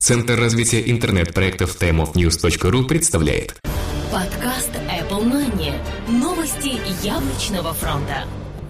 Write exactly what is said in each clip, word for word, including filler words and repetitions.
Центр развития интернет-проектов тайм оф ньюс точка ру представляет подкаст Apple Money. Новости яблочного фронта.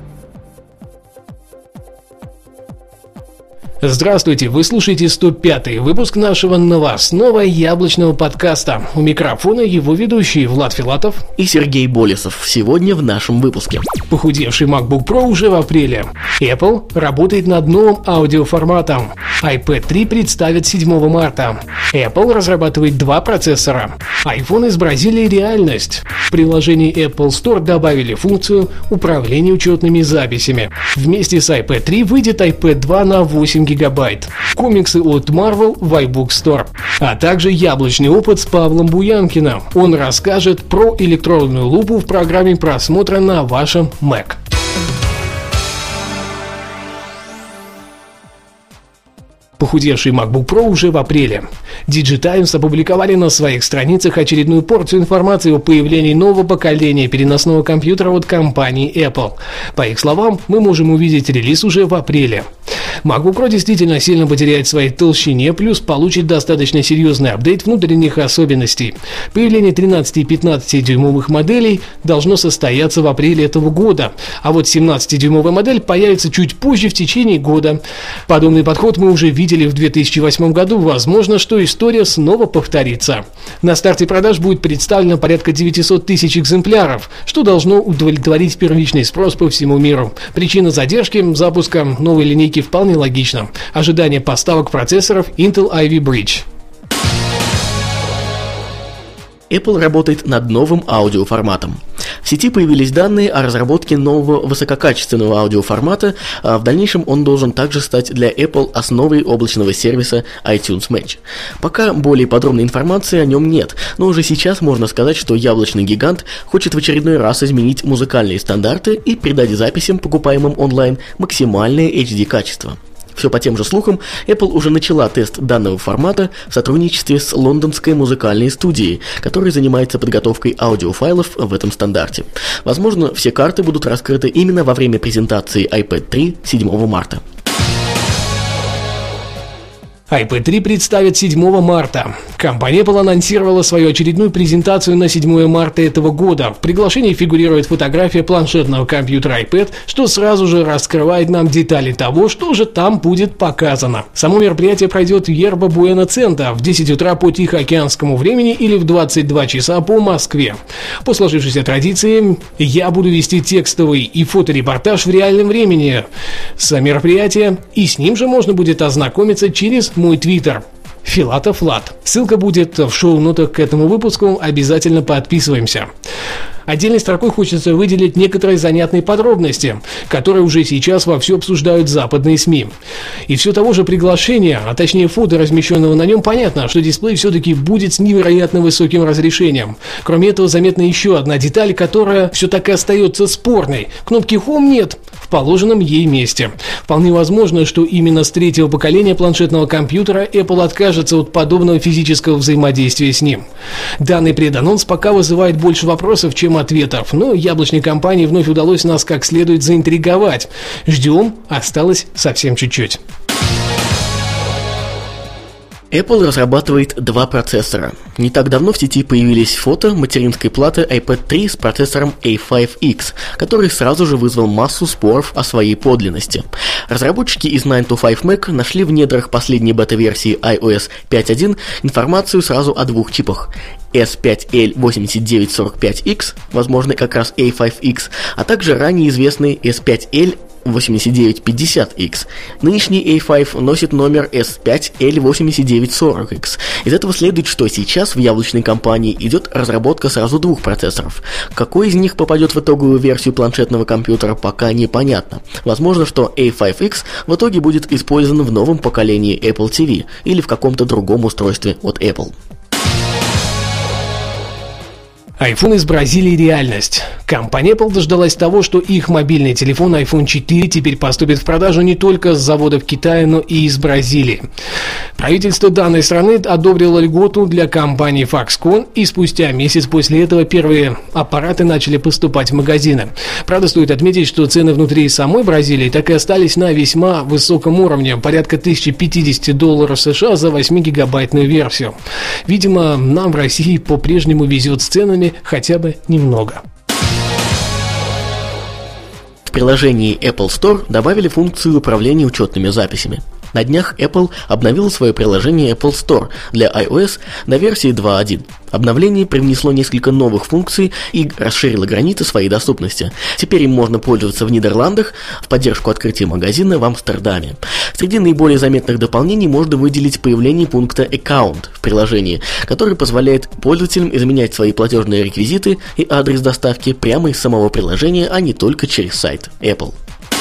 Здравствуйте, вы слушаете сто пятый выпуск нашего новостного яблочного подкаста. У микрофона его ведущие Влад Филатов и Сергей Болесов. Сегодня в нашем выпуске. Похудевший MacBook Pro уже в апреле. Apple работает над новым аудиоформатом. iPad три представят седьмого марта. Apple разрабатывает два процессора. iPhone из Бразилии реальность. В приложении Apple Store добавили функцию управления учетными записями. Вместе с iPad три выйдет iPad два на восемь гигабайт. Комиксы от Marvel в iBook Store. А также яблочный опыт с Павлом Буянкиным. Он расскажет про электронную лупу в программе просмотра на вашем Mac. Похудевший MacBook Pro уже в апреле. Digitimes опубликовали на своих страницах очередную порцию информации о появлении нового поколения переносного компьютера от компании Apple. По их словам, мы можем увидеть релиз уже в апреле. MacBook Pro действительно сильно потеряет в своей толщине, плюс получит достаточно серьезный апдейт внутренних особенностей. Появление тринадцати и пятнадцати дюймовых моделей должно состояться в апреле этого года, а вот семнадцатидюймовая модель появится чуть позже, в течение года. Подобный подход мы уже видели в две тысячи восьмом году, возможно, что история снова повторится. На старте продаж будет представлено порядка девятьсот тысяч экземпляров, что должно удовлетворить первичный спрос по всему миру. Причина задержки запуска новой линейки вполне логична. Ожидание поставок процессоров Intel Ivy Bridge. Apple работает над новым аудиоформатом. В сети появились данные о разработке нового высококачественного аудиоформата, а в дальнейшем он должен также стать для Apple основой облачного сервиса iTunes Match. Пока более подробной информации о нем нет, но уже сейчас можно сказать, что яблочный гигант хочет в очередной раз изменить музыкальные стандарты и придать записям, покупаемым онлайн, максимальное эйч ди качество. Все по тем же слухам, Apple уже начала тест данного формата в сотрудничестве с лондонской музыкальной студией, которая занимается подготовкой аудиофайлов в этом стандарте. Возможно, все карты будут раскрыты именно во время презентации iPad три седьмого марта. iPad три представят седьмого марта. Компания Apple анонсировала свою очередную презентацию на седьмое марта этого года. В приглашении фигурирует фотография планшетного компьютера iPad, что сразу же раскрывает нам детали того, что же там будет показано. Само мероприятие пройдет в Yerba Buena Center в десять утра по Тихоокеанскому времени или в двадцать два часа по Москве. По сложившейся традиции, я буду вести текстовый и фоторепортаж в реальном времени с мероприятия, и с ним же можно будет ознакомиться через мой твиттер Филатов Влад. Ссылка будет в шоу-нотах к этому выпуску, обязательно подписываемся. Отдельной строкой хочется выделить некоторые занятные подробности, которые уже сейчас вовсю обсуждают западные СМИ. И все того же приглашения, а точнее фото, размещенного на нем, понятно, что дисплей все-таки будет с невероятно высоким разрешением. Кроме этого, заметна еще одна деталь, которая все так и остается спорной. Кнопки Home нет в положенном ей месте. Вполне возможно, что именно с третьего поколения планшетного компьютера Apple откажется от подобного физического взаимодействия с ним. Данный преданонс пока вызывает больше вопросов, чем ответов, но яблочной компании вновь удалось нас как следует заинтриговать. Ждем, осталось совсем чуть-чуть. Apple разрабатывает два процессора. Не так давно в сети появились фото материнской платы iPad три с процессором эй пять икс, который сразу же вызвал массу споров о своей подлинности. Разработчики из найн то файв Mac нашли в недрах последней бета-версии iOS пять точка один информацию сразу о двух чипах: эс пять эл восемьдесят девять сорок пять икс, возможно как раз эй пять икс, а также ранее известный эс пять эл восемьдесят девять пятьдесят икс. Нынешний эй пять носит номер эс пять эл восемьдесят девять сорок икс. Из этого следует, что сейчас в яблочной компании идет разработка сразу двух процессоров. Какой из них попадет в итоговую версию планшетного компьютера, пока непонятно. Возможно, что эй пять икс в итоге будет использован в новом поколении Apple ти ви или в каком-то другом устройстве от Apple. iPhone из Бразилии – реальность. Компания Apple дождалась того, что их мобильный телефон айфон четыре теперь поступит в продажу не только с заводов Китая, но и из Бразилии. Правительство данной страны одобрило льготу для компании Foxconn, и спустя месяц после этого первые аппараты начали поступать в магазины. Правда, стоит отметить, что цены внутри самой Бразилии так и остались на весьма высоком уровне – порядка тысяча пятьдесят долларов США за восьмигигабайтную версию. Видимо, нам в России по-прежнему везет с ценами хотя бы немного. В приложении Apple Store добавили функцию управления учетными записями. На днях Apple обновила свое приложение Apple Store для iOS на версии два точка один. Обновление привнесло несколько новых функций и расширило границы своей доступности. Теперь им можно пользоваться в Нидерландах, в поддержку открытия магазина в Амстердаме. Среди наиболее заметных дополнений можно выделить появление пункта Account в приложении, который позволяет пользователям изменять свои платежные реквизиты и адрес доставки прямо из самого приложения, а не только через сайт Apple.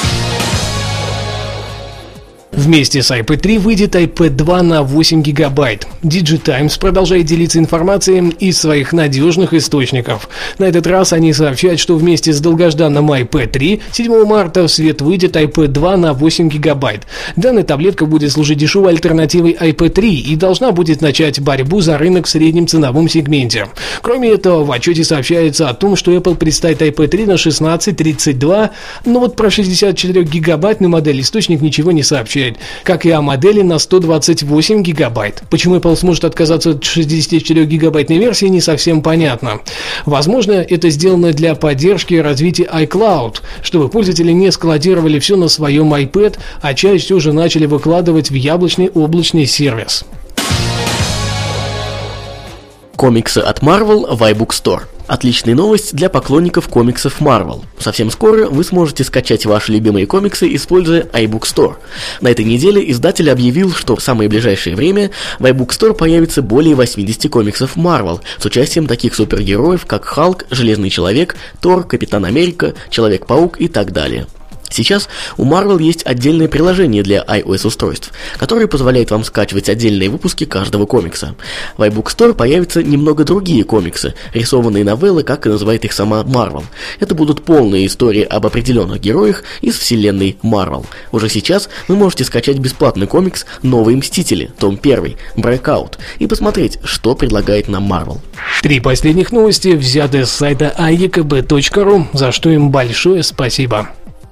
Вместе с iPad три выйдет iPad два на восемь гигабайт. Digitimes продолжает делиться информацией из своих надежных источников. На этот раз они сообщают, что вместе с долгожданным iPad три седьмого марта в свет выйдет iPad два на восемь гигабайт. Данная таблетка будет служить дешевой альтернативой iPad три и должна будет начать борьбу за рынок в среднем ценовом сегменте. Кроме этого, в отчете сообщается о том, что Apple представит iPad три на шестнадцать тридцать два, но вот про шестьдесят четыре гигабайтную модель источник ничего не сообщает, как и о модели на сто двадцать восемь гигабайт. Почему Apple сможет отказаться от шестидесяти четырёх гигабайтной версии, не совсем понятно. Возможно, это сделано для поддержки развития iCloud, чтобы пользователи не складировали все на своем iPad, а часть уже начали выкладывать в яблочный облачный сервис. Комиксы от Marvel в iBook Store. Отличная новость для поклонников комиксов Marvel. Совсем скоро вы сможете скачать ваши любимые комиксы, используя iBook Store. На этой неделе издатель объявил, что в самое ближайшее время в iBook Store появится более восьмидесяти комиксов Marvel с участием таких супергероев, как Халк, Железный Человек, Тор, Капитан Америка, Человек-паук и так далее. Сейчас у Marvel есть отдельное приложение для iOS-устройств, которое позволяет вам скачивать отдельные выпуски каждого комикса. В iBook Store появятся немного другие комиксы, рисованные новеллы, как и называет их сама Marvel. Это будут полные истории об определенных героях из вселенной Marvel. Уже сейчас вы можете скачать бесплатный комикс «Новые Мстители», том один, Breakout, и посмотреть, что предлагает нам Marvel. Три последних новости взяты с сайта а е ка бэ точка ру, за что им большое спасибо.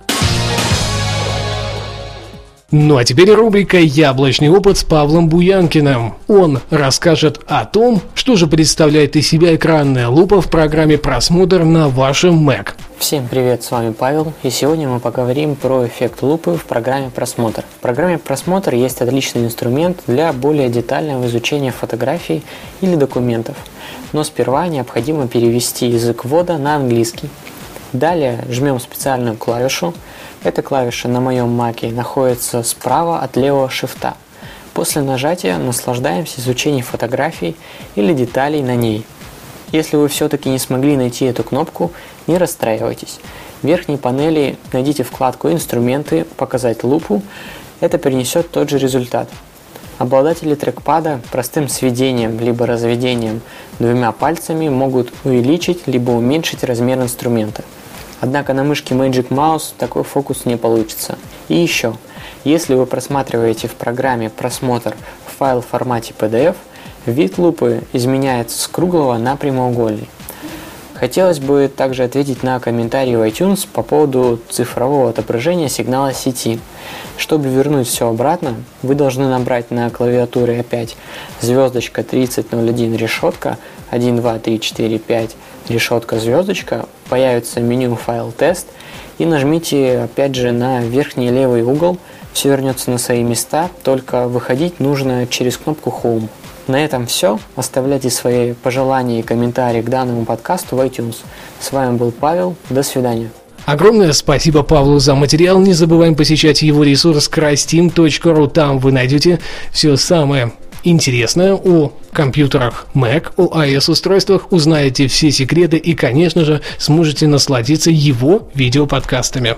Ну а теперь рубрика «Яблочный опыт» с Павлом Буянкиным. Он расскажет о том, что же представляет из себя экранная лупа в программе «Просмотр» на вашем Mac. Всем привет, с вами Павел, и сегодня мы поговорим про эффект лупы в программе «Просмотр». В программе «Просмотр» есть отличный инструмент для более детального изучения фотографий или документов. Но сперва необходимо перевести язык ввода на английский. Далее жмем специальную клавишу. Эта клавиша на моем маке находится справа от левого шифта. После нажатия наслаждаемся изучением фотографий или деталей на ней. Если вы все-таки не смогли найти эту кнопку, не расстраивайтесь. В верхней панели найдите вкладку «Инструменты», «Показать лупу». Это принесет тот же результат. Обладатели трекпада простым сведением либо разведением двумя пальцами могут увеличить либо уменьшить размер инструмента. Однако на мышке Magic Mouse такой фокус не получится. И еще, если вы просматриваете в программе «Просмотр» файл в формате пи ди эф, вид лупы изменяется с круглого на прямоугольный. Хотелось бы также ответить на комментарий в iTunes по поводу цифрового отображения сигнала сети. Чтобы вернуть все обратно, вы должны набрать на клавиатуре опять звездочка тридцать ноль один решетка один два три четыре пять решетка звездочка, появится меню файл тест и нажмите опять же на верхний левый угол, все вернется на свои места, только выходить нужно через кнопку Home. На этом все. Оставляйте свои пожелания и комментарии к данному подкасту в iTunes. С вами был Павел. До свидания. Огромное спасибо Павлу за материал. Не забываем посещать его ресурс крастим точка ру. Там вы найдете все самое интересное о компьютерах Mac, о iOS-устройствах, узнаете все секреты и, конечно же, сможете насладиться его видеоподкастами.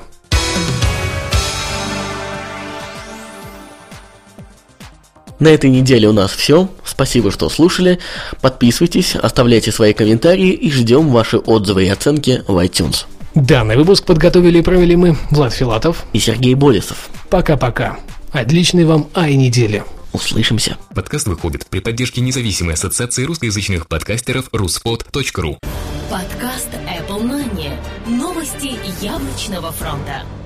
На этой неделе у нас все. Спасибо, что слушали. Подписывайтесь, оставляйте свои комментарии и ждем ваши отзывы и оценки в iTunes. Данный выпуск подготовили и провели мы, Влад Филатов и Сергей Болесов. Пока-пока. Отличной вам ай-недели. Услышимся. Подкаст выходит при поддержке независимой ассоциации русскоязычных подкастеров руспод точка ру. Подкаст Apple Money. Новости яблочного фронта.